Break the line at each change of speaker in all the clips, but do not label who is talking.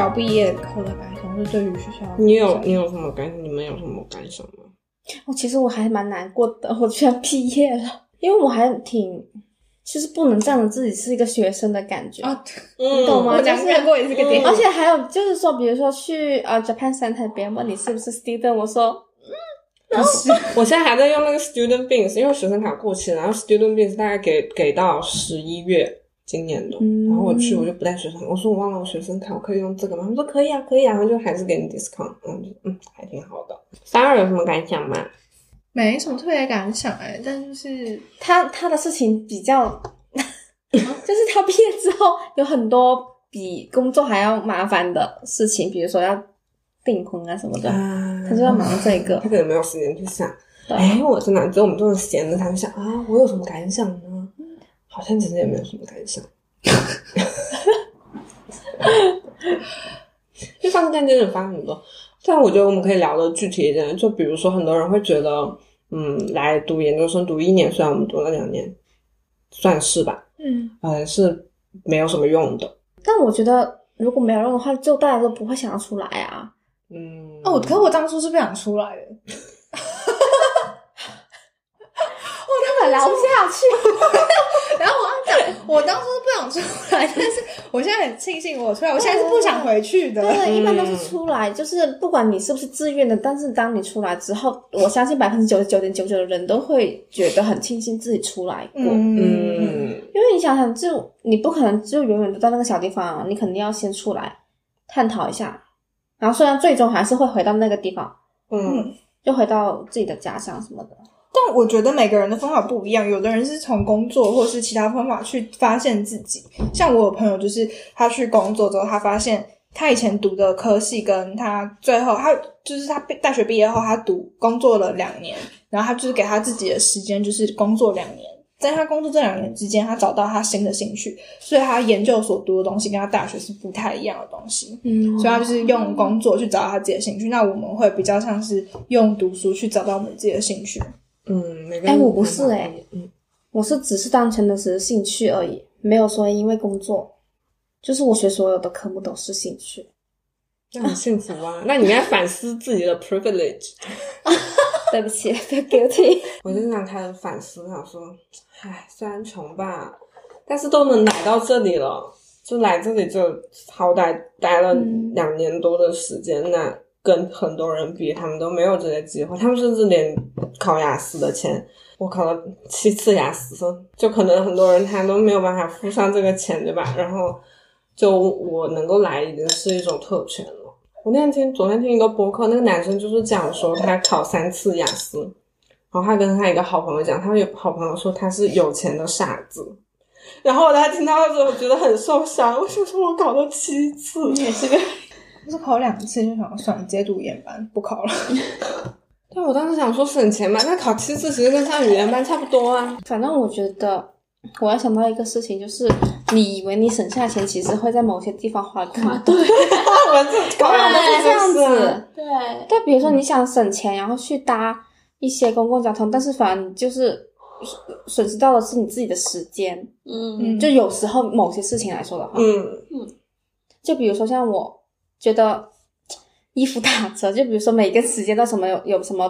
校毕业后的感想，是对于学校
你有什么感想？你们有什么感想吗？
其实我还蛮难过的，我居然毕业了，因为我还就是不能仗着自己是一个学生的感觉你懂吗？
我难过也是个点。
而且还有就是说，比如说去Japan Center，别人问你是不是 student， 我说
不是，我现在还在用那个 student beans， 因为学生卡过期，然后 student beans 大概给到11月今年的，然后我就不带学生卡，我说我忘了我学生卡，我可以用这个吗？他说可以啊，然后就还是给你 discount， 还挺好的。32有什么感想吗？
没什么特别感想但就是
他的事情比较就是他毕业之后有很多比工作还要麻烦的事情，比如说要订婚啊什么的，他就要忙这个，
他可能没有时间去想。我真的只有我们这种闲的才会想啊，我有什么感想呢？好像其实也没有什么感想。因为发生真的发生很多，但我觉得我们可以聊的具体一点，就比如说很多人会觉得来读研究生读1年，虽然我们读了2年，算是吧是没有什么用的。
但我觉得如果没有用的话，就大家都不会想要出来啊。
可是我当初是不想出来的。
根本聊不下去。
然后我要讲，我当初是不想出来，但是我现在很庆幸我出来，我现在是不想回去的。
对，一般都是出来，就是不管你是不是自愿的，但是当你出来之后，我相信 99.99% 的人都会觉得很庆幸自己出来过。因为你想想，就你不可能就永远都在那个小地方啊，你肯定要先出来探讨一下，然后虽然最终还是会回到那个地方，就回到自己的家乡什么的。
但我觉得每个人的方法不一样，有的人是从工作或是其他方法去发现自己。像我有朋友就是他去工作之后，他发现他以前读的科系跟他最后他大学毕业后他工作了2年，然后他就是给他自己的时间就是工作2年，在他工作这2年之间，他找到他新的兴趣，所以他研究所读的东西跟他大学是不太一样的东西。所以他就是用工作去找到他自己的兴趣。那我们会比较像是用读书去找到我们自己的兴趣。
我不是我是只是单纯的只是兴趣而已，没有说因为工作，就是我学所有的科目都是兴趣。
那很幸福啊。那你应该反思自己的 privilege。
对不起 feel guilty。
我就想开始反思，想说虽然穷吧，但是都能来到这里了，就来这里就好歹待了2年多的时间，那跟很多人比，他们都没有这些机会，他们甚至连考雅思的钱，我考了7次雅思，就可能很多人他都没有办法付上这个钱，对吧？然后就我能够来已经是一种特权了。我昨天听一个播客，那个男生就是讲说他考3次雅思，然后他跟他一个好朋友讲，他有好朋友说他是有钱的傻子，然后他听到的时候觉得很受伤，为什么说我考了7次？
你也是个我是考2次就想算了，直接读语言班不考了。
对，我当时想说省钱嘛，那考7次其实跟上语言班差不多啊。
反正我觉得我要想到一个事情，就是你以为你省下钱，其实会在某些地方花更多。
对，我这考
都是这样子。
对，
比如说你想省钱，然后去搭一些公共交通，但是反而就是损失到的是你自己的时间。就有时候某些事情来说的话，就比如说像我觉得衣服打折，就比如说每个时间到什么有什么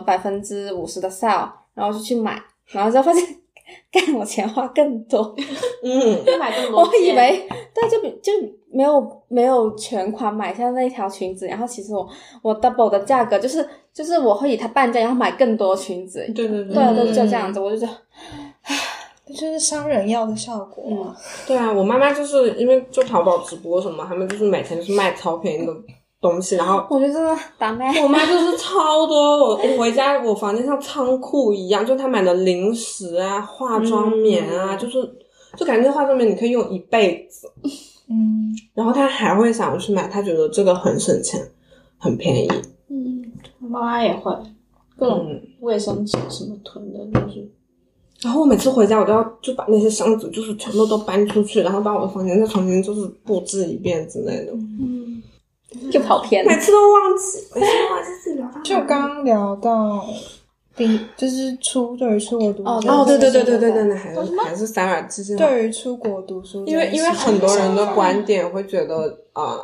50%的 sale， 然后就去买，然后就发现干我钱花更多。
买更多。
我以为对，就没有全款买下那一条裙子，然后其实我 double 的价格就是我会以它半价，然后买更多裙子。
对，
就这样子，我就觉得
这就是商人要的效果。
对啊，我妈妈就是因为就淘宝直播什么，他们就是每天就是卖超便宜的东西，然后
我觉得真的打妹，
我妈就是超多，我回家我房间像仓库一样，就她买的零食啊、化妆棉啊，就感觉化妆棉你可以用一辈子。然后她还会想要去买，她觉得这个很省钱，很便宜。
我妈妈也会各种卫生纸什么囤的，就是。
然后我每次回家，我都要就把那些箱子就是全部都搬出去，然后把我的房间再重新就是布置一遍之类的。
就跑偏了，
每次都忘记自己聊到。
就刚刚聊到就是对于出国读书。
对，那还是32继续。
对于出国读书，
因为很多人的观点会觉得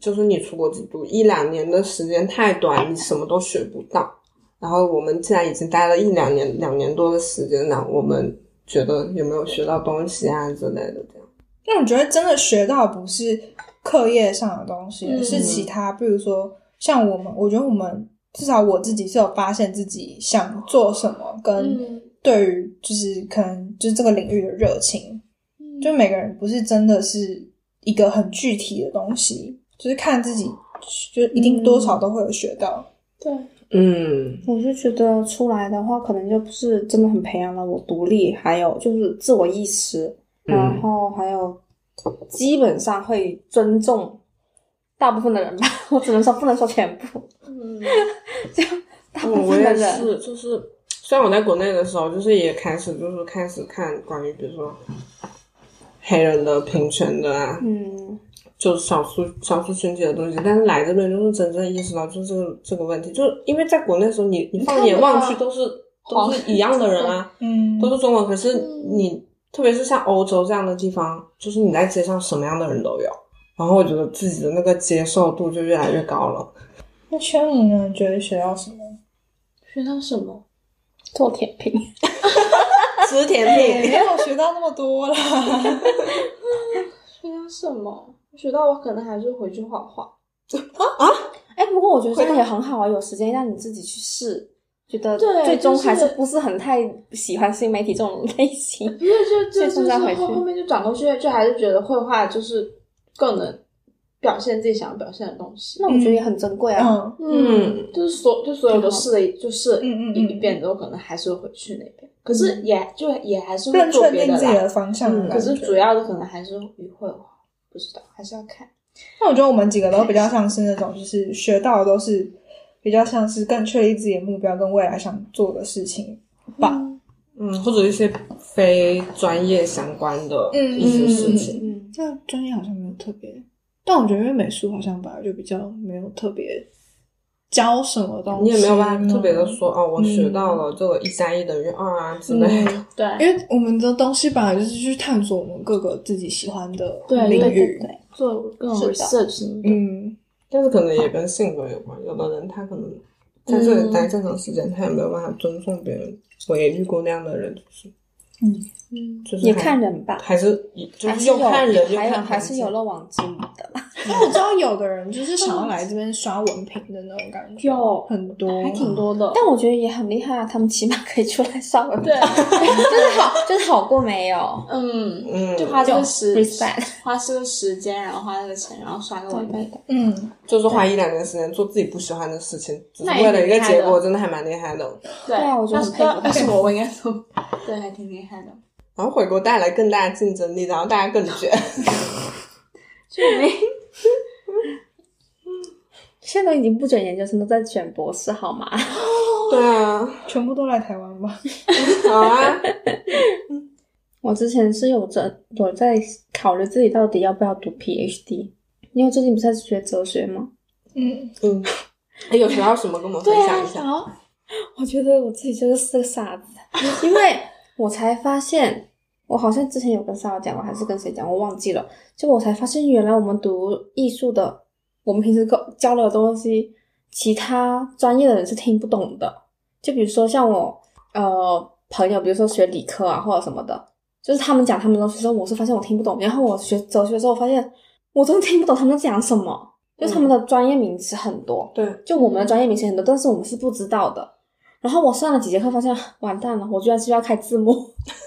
就是你出国只读1-2年的时间太短，你什么都学不到。然后我们既然已经待了1-2年2年多的时间了，我们觉得有没有学到东西啊之类的这样。
那我觉得真的学到不是课业上的东西，是其他，比如说像我觉得我们至少我自己是有发现自己想做什么，跟对于就是可能就是这个领域的热情，就每个人不是真的是一个很具体的东西，就是看自己就一定多少都会有学到。
对，
我就觉得出来的话可能就不是真的很培养了我独立，还有就是自我意识，然后还有基本上会尊重大部分的人吧，我只能说不能说全部。就大部分的人，
我也是，就是虽然我在国内的时候，就是也开始看关于比如说黑人的平权的啊，就是少数群体的东西，但是来这边就是真正意识到就是这个问题，就是因为在国内的时候你放眼望去都是一样的人啊，都是中国，可是你特别是像欧洲这样的地方，就是你在街上什么样的人都有，然后我觉得自己的那个接受度就越来越高了。
那圈里呢？你觉得学到什么？
学到什么？
做甜品。
吃甜品
没有学到那么多啦。
学到什么？学到我可能还是回去画画。
不过我觉得这样也很好啊，有时间让你自己去试，觉得最终还是不是很太喜欢新媒体这种类型。
不是，就是
再回去
后面就转过去，就还是觉得绘画就是更能表现自己想要表现的东西。
那我觉得也很珍贵啊。
就是所有的试了就试一遍之后，可能还是会回去那边。可是也还是会做别的啦，
更确定自己的方向。
可是主要的可能还是与绘画，不知道还是要看。
那我觉得我们几个都比较像是那种，就是学到的都是比较像是更确立自己的目标跟未来想做的事情吧。
或者一些非专业相关的一些事情。
这专业好像没有特别，但我觉得因为美术好像本来就比较没有特别教什么东西，
你也没有办法特别的说我学到了这个1+1等于2啊之类的。
对，
因为我们的东西本来就是去探索我们各个自己喜欢的领域，
对，
做各种 research。
但是可能也跟性格有关，有的人他可能在这里待这长时间，他也没有办法尊重别人。我也遇过那样的人，就是
也看人吧，
还是就是又看人又看
还是有漏网之鱼的。
但我知道有的人就是想要来这边刷文凭的那种感觉，
有
很多，
还挺多的。
但我觉得也很厉害啊，他们起码可以出来刷文凭，
对，
就是好过没有。
就花这个
花
这个时间，然后花这个钱，然后刷个文凭。
就是花1-2年时间做自己不喜欢的事情，只是为了一个结果，真的还蛮厉害的。
对
啊，我觉得很佩服。
但是我应该说，对，还挺厉害的。
然后回国带来更大的竞争力，然后大家更卷。
现在都已经不卷研究生，都在卷博士，好吗？
对啊，
全部都来台湾吧。
好啊。
我之前是有在考虑自己到底要不要读 PhD， 因为最近不是在学哲学吗？
有学到什么跟我们分享一下？
我觉得我自己就是个傻子，因为我才发现，我好像之前有跟莎莎讲过，还是跟谁讲，我忘记了。结果我才发现，原来我们读艺术的，我们平时教的东西，其他专业的人是听不懂的。就比如说像我朋友，比如说学理科啊或者什么的，就是他们讲他们的东西的时候，我是发现我听不懂。然后我学哲学的时候，我发现我真的听不懂他们在讲什么，就他们的专业名词很多，
对，
就我们的专业名词很多，但是我们是不知道的。然后我上了几节课，发现完蛋了，我居然是要开字幕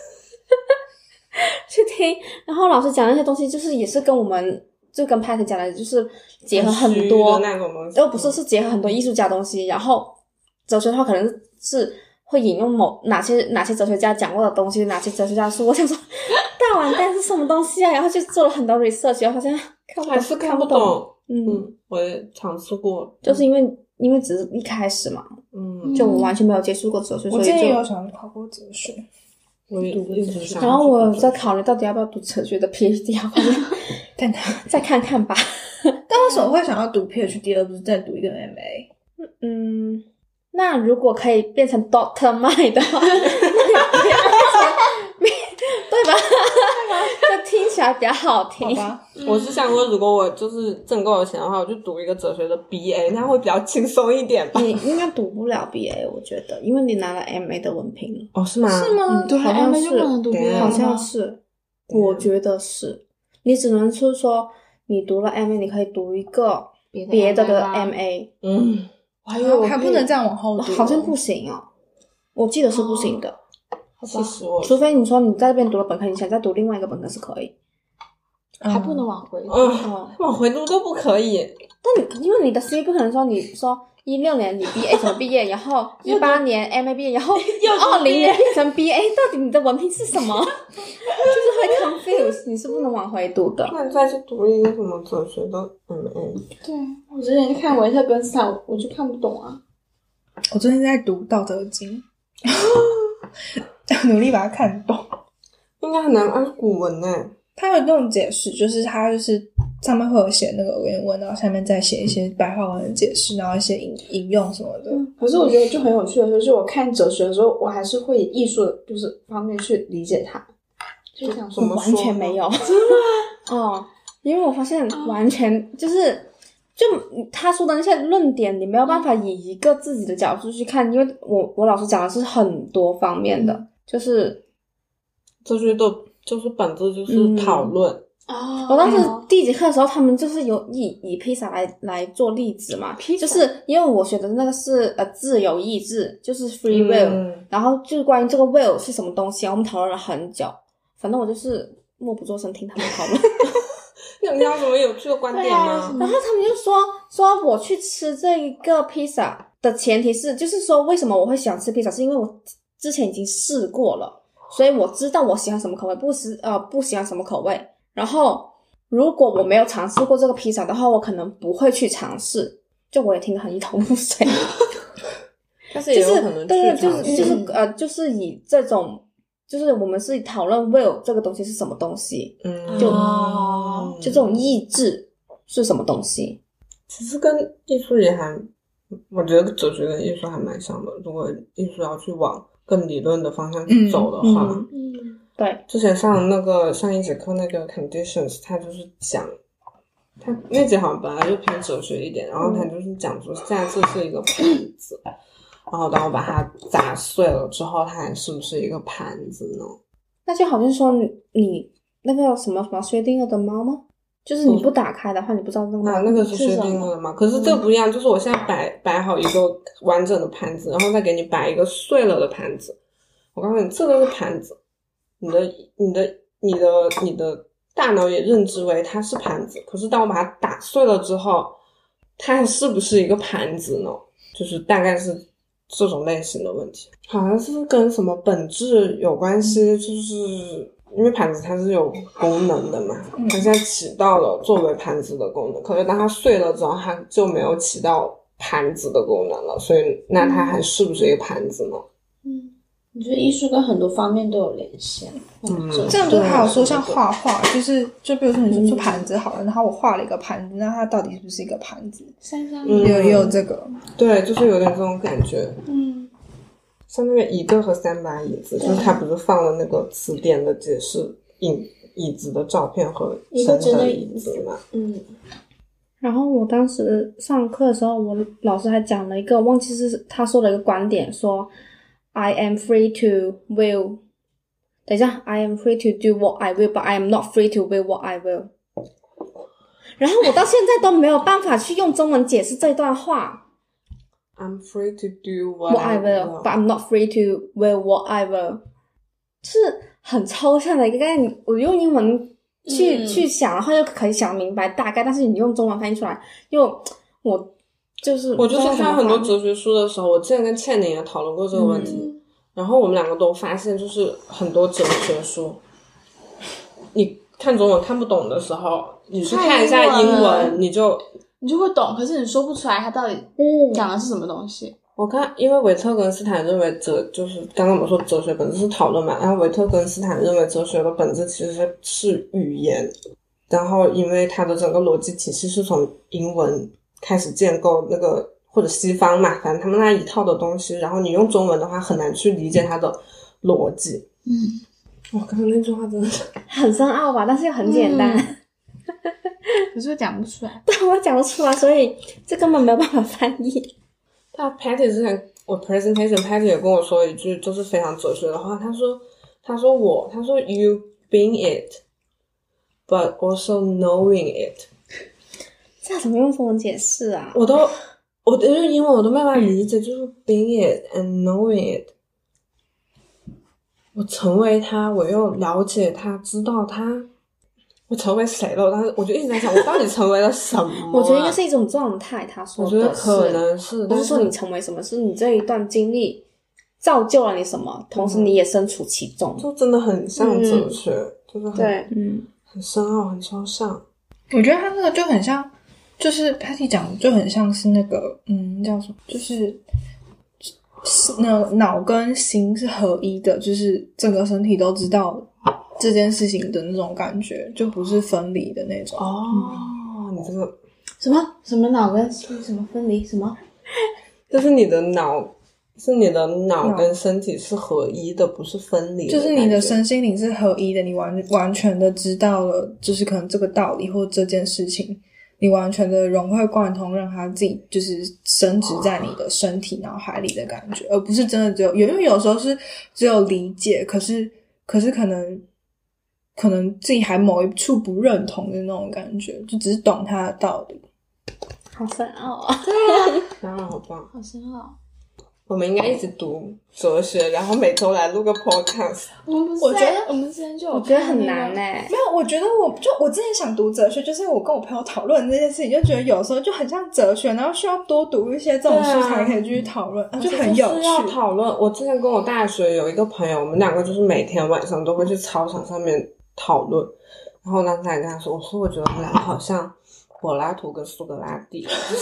去听。然后老师讲那些东西，就是也是跟我们就跟 Pat 讲的，就是结合很多
那种东西，
是结合很多艺术家的东西。然后哲学的话，可能是会引用哪些哲学家讲过的东西，哪些哲学家说。我想说，大完蛋是什么东西啊？然后就做了很多 research， 然后发现
还是看不懂。我也尝试过，
就是因为只是一开始嘛，就我完全没有接触过哲学，所以就
我之前有想考过哲学，
我也一直想。
然后我在考虑到底要不要读哲学的 PhD， 好像再看看吧。
但为什么会想要读 PhD 而不是再读一个 MA？
那如果可以变成 Dr. Mai 的话，对吧？这听起起来比较好听。
好吧，
我是想说，如果我就是挣够了钱的话，我就读一个哲学的 BA， 那会比较轻松一点吧。
你应该读不了 BA， 我觉得，因为你拿了 MA 的文凭了。
哦，是吗？
是吗？
对，好像是，好像
是。
是，我觉得是。你只能是说，你读了 MA， 你可以读一个别的 MA。
还不能这样往后读，
好像不行哦。我记得是不行的。
气死我！
除非你说你在这边读了本科，你想再读另外一个本科是可以。
还不能往回读。
往回读都不可以。
但因为你的 CV 不可能说你说16年你 BA 怎么毕业，然后18年 MA 毕业，然后20年变成 BA， 到底你的文凭是什么？就是会 confuse， 你是不能往回读的。
那你再去读一个什么哲学的MA？
对，我之前去看维特根斯坦，我就看不懂啊。
我最近在读《道德经》，努力把它看懂。
应该很难按古文呢。
它有那种解释，就是它就是上面会有写那个原文，然后下面再写一些白话文的解释，然后一些引用什么的。
可是我觉得就很有趣的就是我看哲学的时候，我还是会以艺术的就是方面去理解它。就想说
完全没有，真的因为我发现完全就他说的那些论点，你没有办法以一个自己的角度去看，因为我老师讲的是很多方面的，就是
哲学的就是本质就是讨论。
我当时第一节课的时候，他们就是有以披萨来做例子嘛，就是因为我学的那个是自由意志，就是 free will，然后就是关于这个 will 是什么东西，我们讨论了很久。反正我就是默不作声听他们讨论。
你有什么有趣的观点吗？
然后他们就说我去吃这一个披萨的前提是，就是说为什么我会喜欢吃披萨，是因为我之前已经试过了，所以我知道我喜欢什么口味，不喜欢什么口味。然后如果我没有尝试过这个披萨的话，我可能不会去尝试。就我也听得很一头雾水。
但是也有可能去尝试。
就是以这种。就是我们是讨论 will 这个东西是什么东西，就这种意志是什么东西。
其实跟艺术也还，我觉得哲学跟艺术还蛮像的。如果艺术要去往更理论的方向去走的话，
对。
之前上一节课那个 conditions， 他就是讲，他那节好像本来就偏哲学一点，然后他就是讲说，现在这是一个盘子。然后当我把它砸碎了之后，它还是不是一个盘子呢？
那就好像说你那个什么薛定谔的猫吗？就是你不打开的话，你不知道那个猫
那个是薛定谔的猫。可是这个不一样，就是我现在摆好一个完整的盘子，然后再给你摆一个碎了的盘子。我告诉你，这个是盘子，你的大脑也认知为它是盘子。可是当我把它打碎了之后，它还是不是一个盘子呢？就是大概是这种类型的问题，好像是跟什么本质有关系，就是因为盘子它是有功能的嘛，它现在起到了作为盘子的功能，可是当它碎了之后，它就没有起到盘子的功能了，所以那它还是不是一个盘子呢？
我觉得艺术跟很多方面都有连线。
这样就还有说像画画，就比如说你说盘子好了，然后我画了一个盘子，那它到底是不是一个盘子？也有这个，
对，就是有点这种感觉。像那个一个和3把椅子，就是他不是放了那个词典的解释椅子的照片和真的椅子嘛？
然后我当时上课的时候，我老师还讲了一个，忘记是他说的一个观点，说 I am free to will。等一下 I am free to do what I will, but I am not free to will what I will。 然后我到现在都没有办法去用中文解释这段话。
I'm free to do what
I will, but I'm not free to will what I will。 就是很抽象的一个概念，我用英文去想，然后又可以想明白大概，但是你用中文翻译出来，因为我就是
看很多哲学书的时候，我之前跟倩宁也讨论过这个问题，然后我们两个都发现，就是很多哲学书，你看中文看不懂的时候，你去看一下英文，你就
会懂，可是你说不出来它到底讲的是什么东西。
我看，因为维特根斯坦认为就是刚刚我们说哲学本质是讨论嘛，然后维特根斯坦认为哲学的本质其实是语言，然后因为它的整个逻辑体系是从英文开始建构，那个或者西方嘛，反正他们那一套的东西，然后你用中文的话很难去理解它的逻辑。 我刚刚那句话真的是
很深奥吧，但是又很简单。
可是讲不出来。
对，我讲不出来，所以这根本没有办法翻译。
但 Patty 之前我 presentation Patty 也跟我说一句就是非常哲学的话，他说 you being it but also knowing it。
这要怎么用中文解释啊？
我因为英文我都没办法理解，就是 being it and knowing it。 我成为他，我又了解他，知道他，我成为谁了？但是我就一直在想，我到底成为了什么
我觉得应该是一种状态，他说的是，
我觉得可能是，
不是说你成为什么，是你这一段经历造就了你什么，同时你也身处其中，
就真的很像哲学，就是很
对，
很深奥，很抽象。
我觉得他那个就很像，就是 Patty 讲的就很像是那个叫什么，就是脑跟心是合一的，就是整个身体都知道这件事情的那种感觉，就不是分离的那种。
你这个
什么脑跟心什么分离什么？
就是你的脑跟身体是合一的，不是分离的。
就是你的身心灵是合一的，你完全的知道了，就是可能这个道理或这件事情，你完全的融会贯通，让它自己就是深植在你的身体脑海里的感觉，而不是真的只有，因为有时候是只有理解，可是可能自己还某一处不认同的那种感觉，就只是懂它的道理。
好深奥啊！
对啊，
当然好棒，
好深奥。
我们应该一直读哲学，然后每周来录个 podcast。
我觉得
我们之前就有
我觉得很难
没有，我觉得我之前想读哲学，就是我跟我朋友讨论这件事情，就觉得有时候就很像哲学，然后需要多读一些这种书才可以继续讨论，就很有趣。
要讨论。我之前跟我大学有一个朋友，我们两个就是每天晚上都会去操场上面讨论，然后当时还跟他说，我觉得我们两个好像柏拉图跟苏格拉底。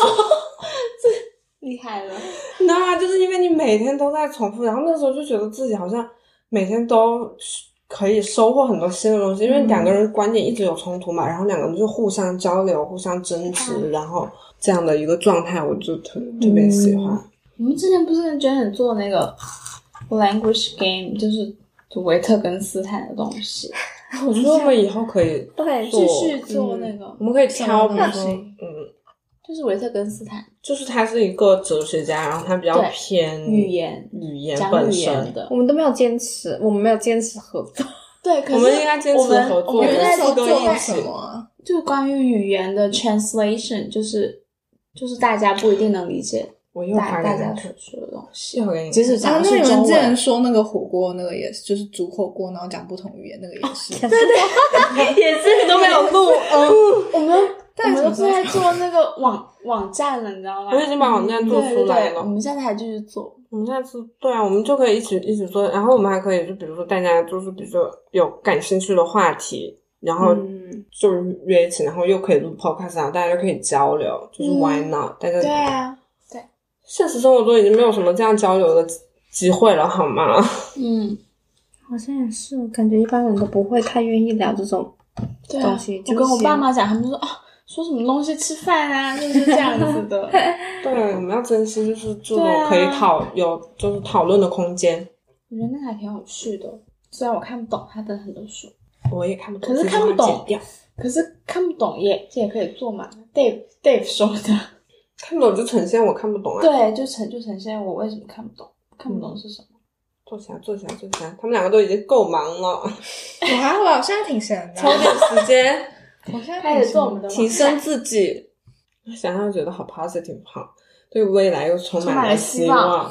厉害了。
那就是因为你每天都在重复，然后那时候就觉得自己好像每天都可以收获很多新的东西，因为两个人观点一直有冲突嘛，然后两个人就互相交流，互相争执，然后这样的一个状态我就特别喜欢。
你们之前不是跟 Janet 做那个 language game， 就是维特根斯坦的东西。
我觉得我们以后可以
对
继续做那个，
我们可以挑比如说
就是维特根斯坦，
就是他是一个哲学家，然后他比较偏
语言
本身
的。
我们都没有坚持，我们没有坚持合作。
对，可是
我们应该坚持合作。
我们在
做
一
什么？
就关于语言的 translation， 就是大家不一定能理解。
我又发给
大家所说的东西，
即使
讲的是中文。那你们之前说那个火锅那个也是，就是煮火锅然后讲不同语言那个也是，
对，也是
都没有录。
我们都是在做那个网站了，你知道吗？
我已经把网站做出来了。
我们现在还继续做。
我们下次对啊，我们就可以一起做，然后我们还可以就比如说大家就是比如说有感兴趣的话题，然后就约一起，然后又可以录 podcast， 然后大家就可以交流，就是 why not？大家
对啊。
现实生活中已经没有什么这样交流的机会了，好吗？
好像也是，感觉一般人都不会太愿意聊这种东西。
我跟我爸妈讲，他们说说什么东西吃饭啊，就是这样子的。
对，我们要珍惜，就是这种可以有就是讨论的空间。
我觉得那个还挺有趣的，虽然我看不懂他的很多书，
我也看不懂，
可是看不懂，可是看不懂也可以做嘛。Dave 说的。
看不懂就呈现我看不懂啊。
对，就呈现我为什么看不懂，看不懂是什么。
坐起来，他们两个都已经够忙了。
我还好吧，我现在挺闲的，
抽点时间，
我现在
开始做我们的
提升自己。想想觉得好 positive， 好，对未来又充满了希望。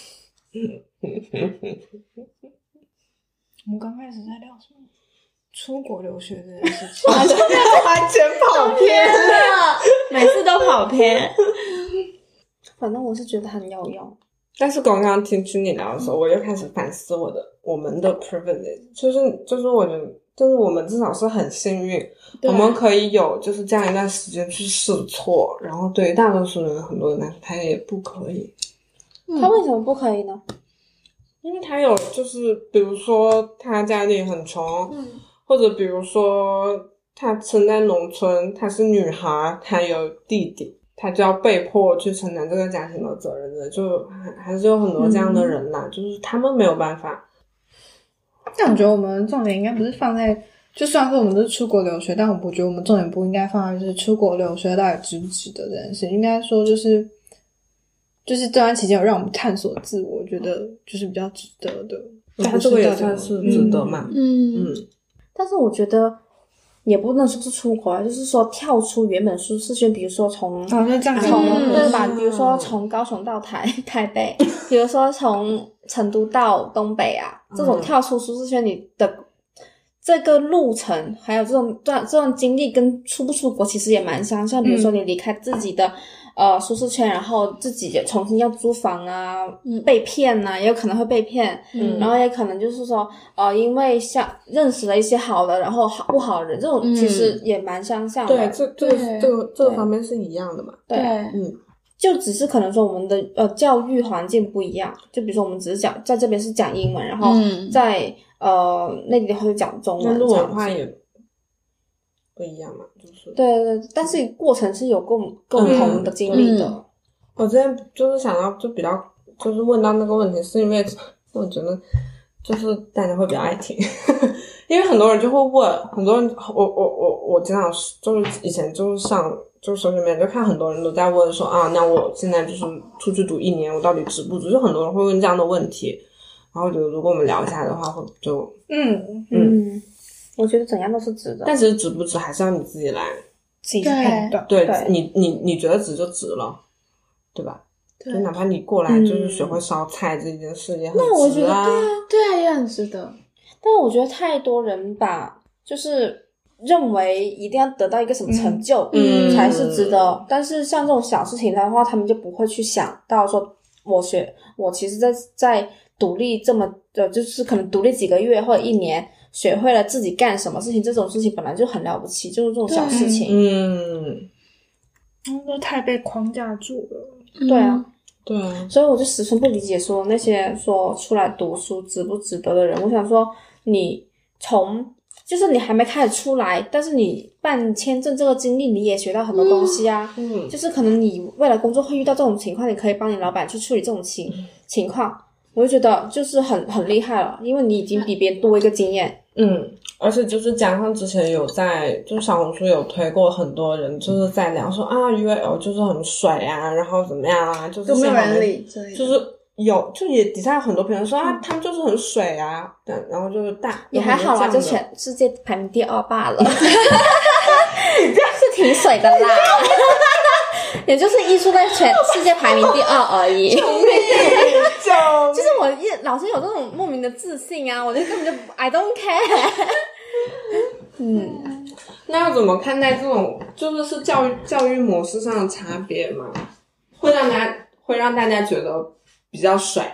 我们刚开始在聊什么？出国留学这件事情，完全跑偏了，
每次都跑偏。
反正我是觉得很有用。
但是刚刚听你聊的时候，我又开始反思我们的 privilege， 就是我觉得，就是我们至少是很幸运，我们可以有就是这样一段时间去试错，然后对于大多数人很多人来说，他也不可以。
他为什么不可以呢？
因为他有就是比如说他家里很穷，或者比如说他生在农村，他是女孩，他有弟弟，他就要被迫去承担这个家庭的责任的，就还是有很多这样的人啦，就是他们没有办法。
但我觉得我们重点应该不是放在，就算是我们都是出国留学，但我觉得我们重点不应该放在就是出国留学到底值不值得这件事，应该说就是这段期间有让我们探索自我，我觉得就是比较值得的。
但这个也算是值得嘛。
但是我觉得也不能说是出国啊，就是说跳出原本舒适圈，比如说从对吧？比如说从高雄到台北，比如说从成都到东北啊，这种跳出舒适圈，你的这个路程还有这段经历跟出不出国其实也蛮相像。比如说你离开自己的舒适圈，然后自己重新要租房啊，被骗啊，也有可能会被骗，然后也可能就是说因为像认识了一些好的，然后不好的人，这种其实也蛮相像的。
对，这个方面是一样的嘛。
对，就只是可能说我们的教育环境不一样，就比如说我们只是在这边是讲英文，然后在内地会讲中文，
路文化也不一样嘛，就是
对，但是过程是有共同的经历的。
我之前就是想到就比较就是问到那个问题，是因为我觉得就是大家会比较爱听，因为很多人就会问，很多人我经常就是以前就是上就是手里面就看很多人都在问说啊，那我现在就是出去读1年，我到底值不值？就很多人会问这样的问题，然后我觉得如果我们聊一下的话，会就
我觉得怎样都是值的，
但其实值不值还是要你自己来
判断。
对，你觉得值就值了，对吧？就哪怕你过来就是学会烧菜这件事也很值啊。
那我觉得
对啊，也很值得。
但我觉得太多人就是认为一定要得到一个什么成就才是值得，但是像这种小事情的话，他们就不会去想到说我其实在独立这么就是可能独立几个月或者1年，学会了自己干什么事情，这种事情本来就很了不起，就是这种小事情。
都太被框架住了。
对啊，
所
以我就十分不理解说那些说出来读书值不值得的人。我想说，你就是你还没开始出来，但是你办签证这个经历，你也学到很多东西啊。就是可能你未来工作会遇到这种情况，你可以帮你老板去处理这种情况。我就觉得就是很厉害了，因为你已经比别人多一个经验。
而且就是加上之前有就是小红书有推过，很多人就是在聊说啊 UAL 就是很水啊，然后怎么样啊，就是
没有人理，
就是就也底下有很多评论说啊他们就是很水啊，然后就是
也还好啦，就全世界排名第2罢了。是挺水的啦。也就是艺术在全世界排名第2而已。就是我老是有这种莫名的自信啊，我就根本就 I don't care。
那要怎么看待这种就是教育模式上的差别吗？会让大家觉得比较水。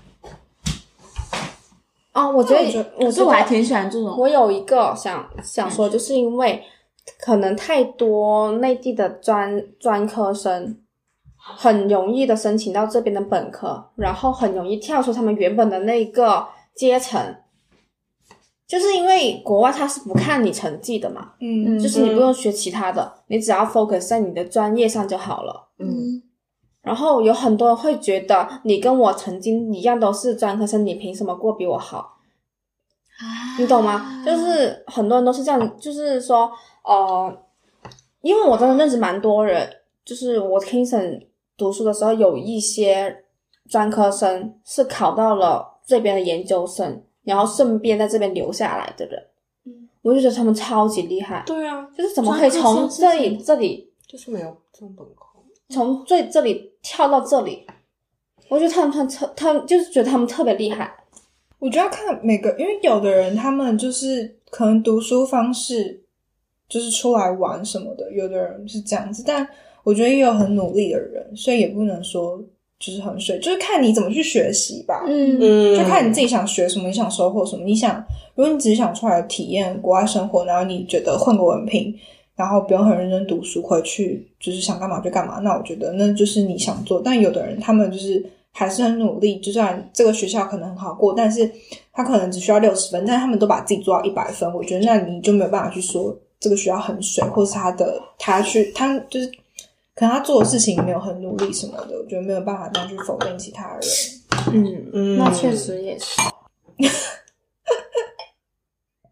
我觉得
我还挺喜欢这种。
我有一个想说，就是因为可能太多内地的专科生很容易的申请到这边的本科，然后很容易跳出他们原本的那个阶层，就是因为国外他是不看你成绩的嘛，就是你不用学其他的，你只要 focus 在你的专业上就好了。然后有很多人会觉得你跟我曾经一样都是专科生，你凭什么过比我好？你懂吗？就是很多人都是这样，就是说因为我真的认识蛮多人，就是我 Kingston 读书的时候有一些专科生是考到了这边的研究生，然后顺便在这边留下来的人。我就觉得他们超级厉害。
对啊，
就是怎么可以从这里
就是没有这种本科，
从这里跳到这里。我觉得他们就是觉得他们特别厉害。
我觉得要看每个，因为有的人他们就是可能读书方式就是出来玩什么的，有的人是这样子，但我觉得也有很努力的人，所以也不能说就是很水，就是看你怎么去学习吧。就看你自己想学什么，你想收获什么。如果你只是想出来体验国外生活，然后你觉得混个文凭，然后不用很认真读书，回去就是想干嘛就干嘛，那我觉得那就是你想做。但有的人他们就是还是很努力，就算这个学校可能很好过，但是他可能只需要60分，但是他们都把自己做到100分，我觉得那你就没有办法去说这个学校很水，或是他就是可能他做的事情没有很努力什么的，我觉得没有办法这样去否定其他人。
那确实也是。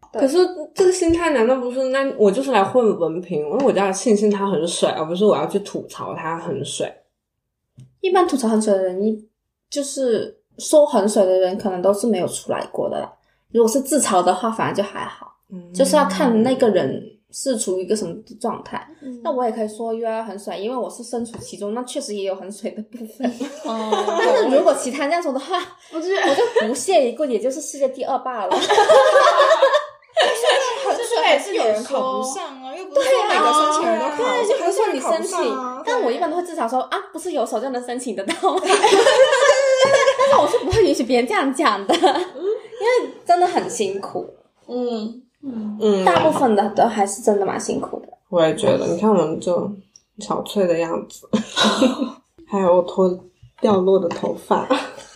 可是这个心态难道不是那我就是来混文凭，因为我就要庆幸它很水，而不是我要去吐槽它很水。
一般吐槽很水的人，就是说很水的人可能都是没有出来过的啦。如果是自嘲的话，反而就还好。就是要看那个人是处于一个什么状态。那我也可以说 UI 很水，因为我是身处其中，那确实也有很水的部分。但是如果其他这样说的话，我就不屑一顾，也就是世界第2罢了。
很水还是有人考不上啊，又不是说每个申请人都考上。
就比如说你申请，但我一般都会自嘲说啊，不是有手就能申请得到吗？但是我是不会允许别人这样讲的，因为真的很辛苦。大部分的都还是真的蛮辛苦的。
我也觉得，你看我们这憔悴的样子，还有我脱掉落的头发。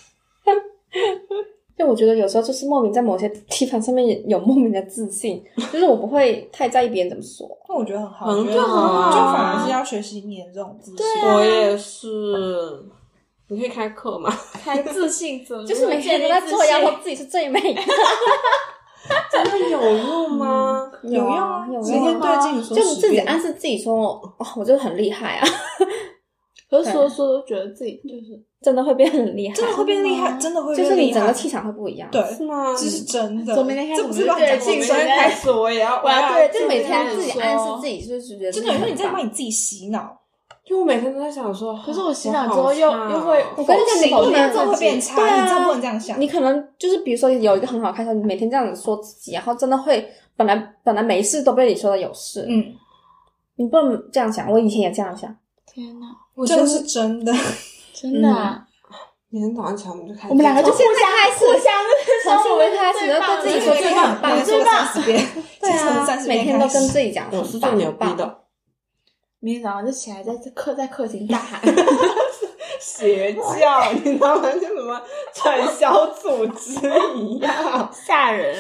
就我觉得有时候就是莫名在某些地方上面有莫名的自信，就是我不会太在意别人怎么说。
那我觉得很好，
很好啊，
就反而是要学习你的这种自信。
我也是。你可以开课吗？
开自信者，
就是每天都在做要说自己是最美的。
真的有用吗？
有用啊，
有用。
每天对镜说，
就你自己暗示自己说，我就很厉害啊。
可是说都觉得自己就是
真的会变很厉害，
真的会变厉害，真的会变厉害，
就是你整个气场会不一样。
对，
是吗？
这是真的。
从明天开始，
这不是乱讲。
从明天开始，我要
对，就每天自己暗示自己，就是觉得
真的，因为你在帮你自己洗脑。
就我每天都在想说，
可是我洗脑之后又会，
我跟你讲，
你不能这么会变差，你真的不能这样想。
你可能就是比如说有一个很好看的，你每天这样子说自己，然后真的会本来没事都被你说的有事。你不能这样想，我以前也这样想。
天哪，
这个是真的，
真的啊！
明天早上起来我们就开始，
我们两个就现在开始，
从现在开始就对自己说自己很棒，
最棒30遍，
对啊，每天都跟自己讲，
我是最牛逼的。
明天早上就起来在客厅大喊
邪教，你知道吗？像什么传销组织一样，
吓人。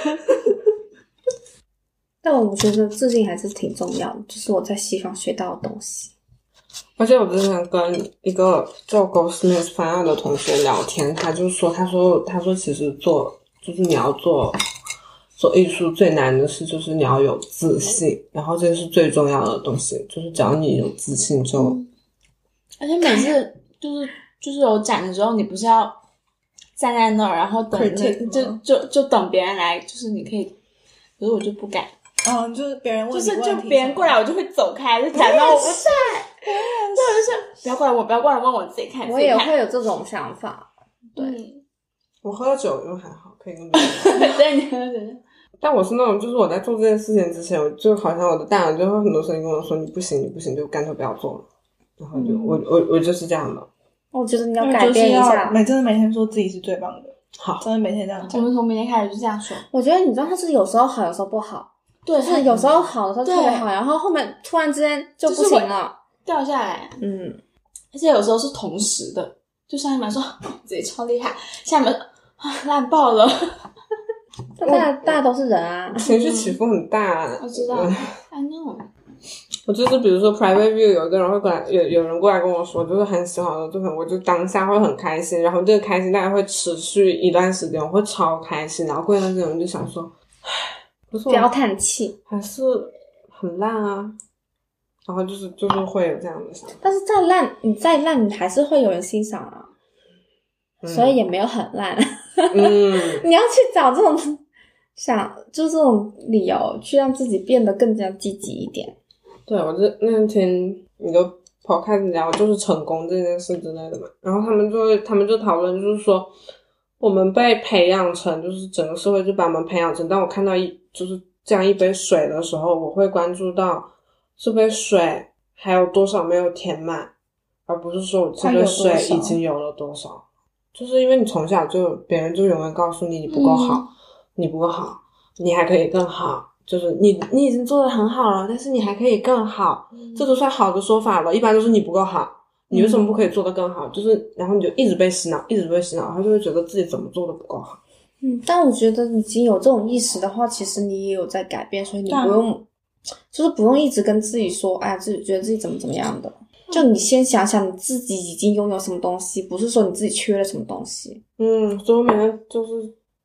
但我觉得自信还是挺重要的，就是我在西方学到的东西。
而且我之前跟一个做 Goldsmith 翻案的同学聊天，他说其实就是你要做艺术最难的事就是你要有自信，然后这是最重要的东西，就是只要你有自信就。
而且每次就是有展的时候，你不是要站在那儿，然后等就等别人来，就是你可以，可是我就不敢。
就是别人问你问题，
就别人过来我就会走开，就假装我不在。对，就是不要过来问我自己看。
我也会有这种想法。对，
我喝酒就还好，可以跟别人。
对，你喝酒。
但我是那种，就是我在做这件事情之前，我就好像我的大脑就会很多声音跟我说：“你不行，就干脆不要做了。”然后就我就是这样的。
我觉得你要改变一下，
真的每天说自己是最棒的。
好，
真的每天这样讲。
我们从明天开始就这样说。
我觉得你知道，它是有时候好，有时候不好。
对，
就是有时候好的时候特别好，然后后面突然之间就不行了，
掉下来。而且有时候是同时的，就上一秒说自己超厉害，下一秒烂爆了。
大家都是人啊，
情绪起伏很大。
我知道，I know。
我就是比如说 private view 有一个人会过来，有人过来跟我说，就是很喜欢我的作品，我就当下会很开心，然后这个开心大概会持续一段时间，我会超开心，然后过一段时间我就想说，
不要叹气，
还是很烂啊，然后就是会有这样的想法。
但是你再烂，你还是会有人欣赏啊，所以也没有很烂。你要去找这种就这种理由，去让自己变得更加积极一点。
对，我那天你都跑开始聊就是成功这件事之类的嘛，然后他们就讨论，就是说我们被培养成，就是整个社会就把我们培养成，当我看到就是这样一杯水的时候，我会关注到这杯水还有多少没有填满，而不是说我这杯水已经有了多少。就是因为你从小就别人就永远告诉你不够好，你不够好，你还可以更好，就是你已经做得很好了，但是你还可以更好，这都算好的说法了。一般都是你不够好，你为什么不可以做得更好？就是然后你就一直被洗脑，然后就会觉得自己怎么做得不够好。
但我觉得已经有这种意识的话，其实你也有在改变，所以你不用就是不用一直跟自己说自己觉得自己怎么样的。就你先想想你自己已经拥有什么东西，不是说你自己缺了什么东西。
所以我每天就是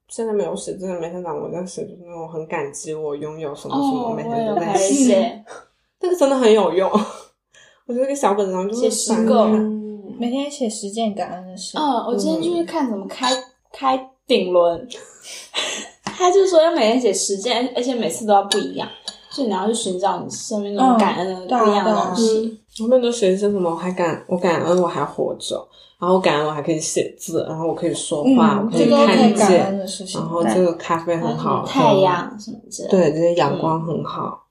现在没有写，之前每天早上我在写，就是那种很感激我拥有什么什么，每天都在
写。
那个真的很有用。我觉得这个小本上就是
写10个，
每天写10件感恩的事。
我今天就是看怎么开顶轮，他就说要每天写10件，而且每次都要不一样，所以你要去寻找你身边那种感恩的不一样的东西。
后面都写一些什么，我感恩我还活着，然后感恩我还可以写字，然后我可以说话，我可以看见，然后这个咖啡很好喝，
太阳什么之类的，
对，这些阳光很好。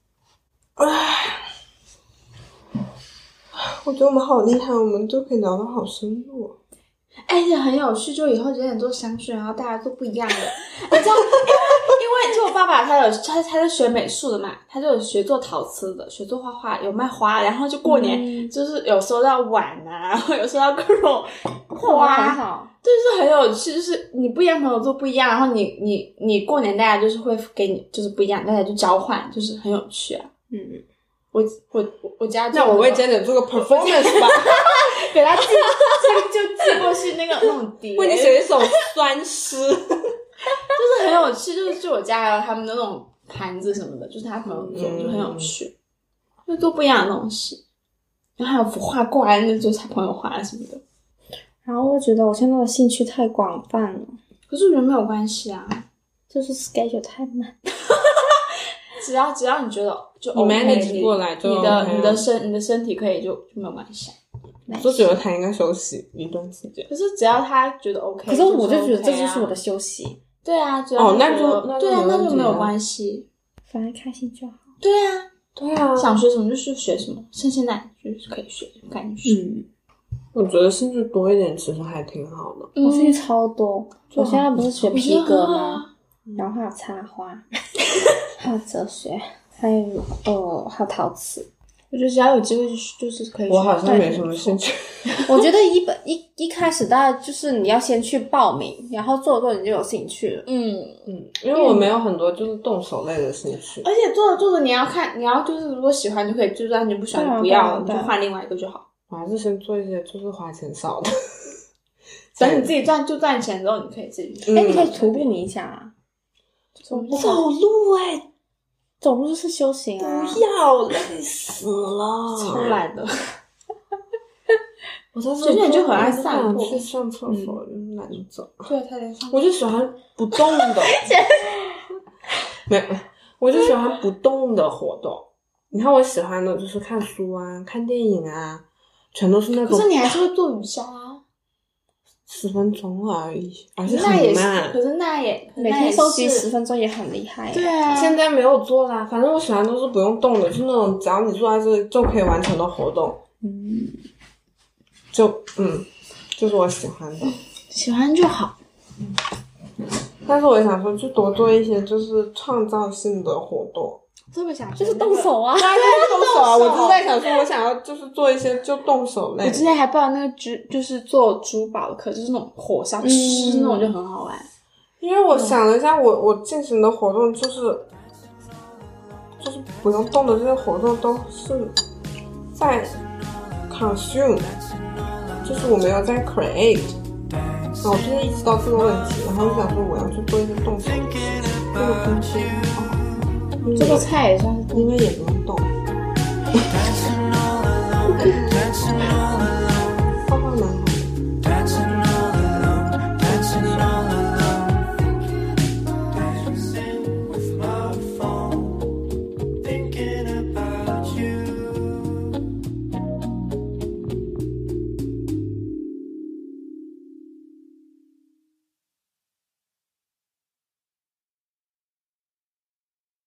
我觉得我们好厉害，我们都可以聊得好深入。
而且很有趣，就以后9点做香薰，然后大家都不一样的。你知道，因为就我爸爸他是学美术的嘛，他就有学做陶瓷的，学做画画，有卖花，然后就过年就是有收到碗啊，然后有收到各种花，就是很有趣，就是你不一样朋友做不一样，然后你过年大家就是会给你就是不一样，大家就交换，就是很有趣啊。我家
那我为姐姐做个 performance 吧，
给他寄过去那种碟，
为你写一首酸诗，
就是很有趣，就是我家还有他们的那种盘子什么的，就是他朋友做，就很有趣，就做不一样的东西。然后还有幅画挂在那，就是他朋友画什么的。
然后我觉得我现在的兴趣太广泛了，
可是我觉得没有关系啊，
就是 schedule 太满。
只要你觉得就
OK， manage 过来就 OK，
你的身体可以就没有关系。
我就觉得他应该休息一段时间。
可是只要他觉得 OK，
可是我就觉得这就是我的休息。
对啊，只要
那就
没有关系，
反正开心就好。
对啊，想学什么就去学什么，趁现在就是可以学，赶紧学。
我觉得兴趣多一点其实还挺好的。
我兴趣超多，我现在不是学皮革吗？然后还有插花，还有哲学，还有陶瓷。
我觉得只要有机会就是可以学。
我好像没什么兴趣。
我觉得一开始大概就是你要先去报名，然后做你就有兴趣了。
因为我没有很多就是动手类的兴趣。
而且做着你要看，你要就是如果喜欢就可以，就算你不喜欢就不要，你就换另外一个就好。
我还是先做一些就是花钱少的。
等你自己赚钱之后，你可以自己去。
你可以徒步冥想啊。
走路
走路就是修行啊！
不要，累死了，
超懒的。
我在
所以你就很爱散步，
去上厕所就是懒得走。
对，他在上。
我就喜欢不动的，没有，我就喜欢不动的活动。你看，我喜欢的就是看书啊、看电影啊，全都是那种。
可是你还是会做瑜伽啊。
10分钟而已，而且很慢。
可是那也
每天收集10分钟也很厉害。
对啊，
现在没有做啦。反正我喜欢都是不用动的，就是那种只要你坐在这里就可以完成的活动。就是我喜欢的。
喜欢就好。
但是我也想说，就多做一些就是创造性的活动。
特别想
就是动手啊，
对，动手啊！我就是在想说，我想要就是做一些就动手类。
我之前还报那个就是做珠宝的课，就是那种火烧吃那种就很好玩。
因为我想了一下，我进行的活动就是不用动的这些活动都是在 consume， 就是我没有在 create。然后我就是意识到这个问题，然后就想说我要去做一些动手的事情，这个东西很好。
这个菜也算是，
因为也不用动。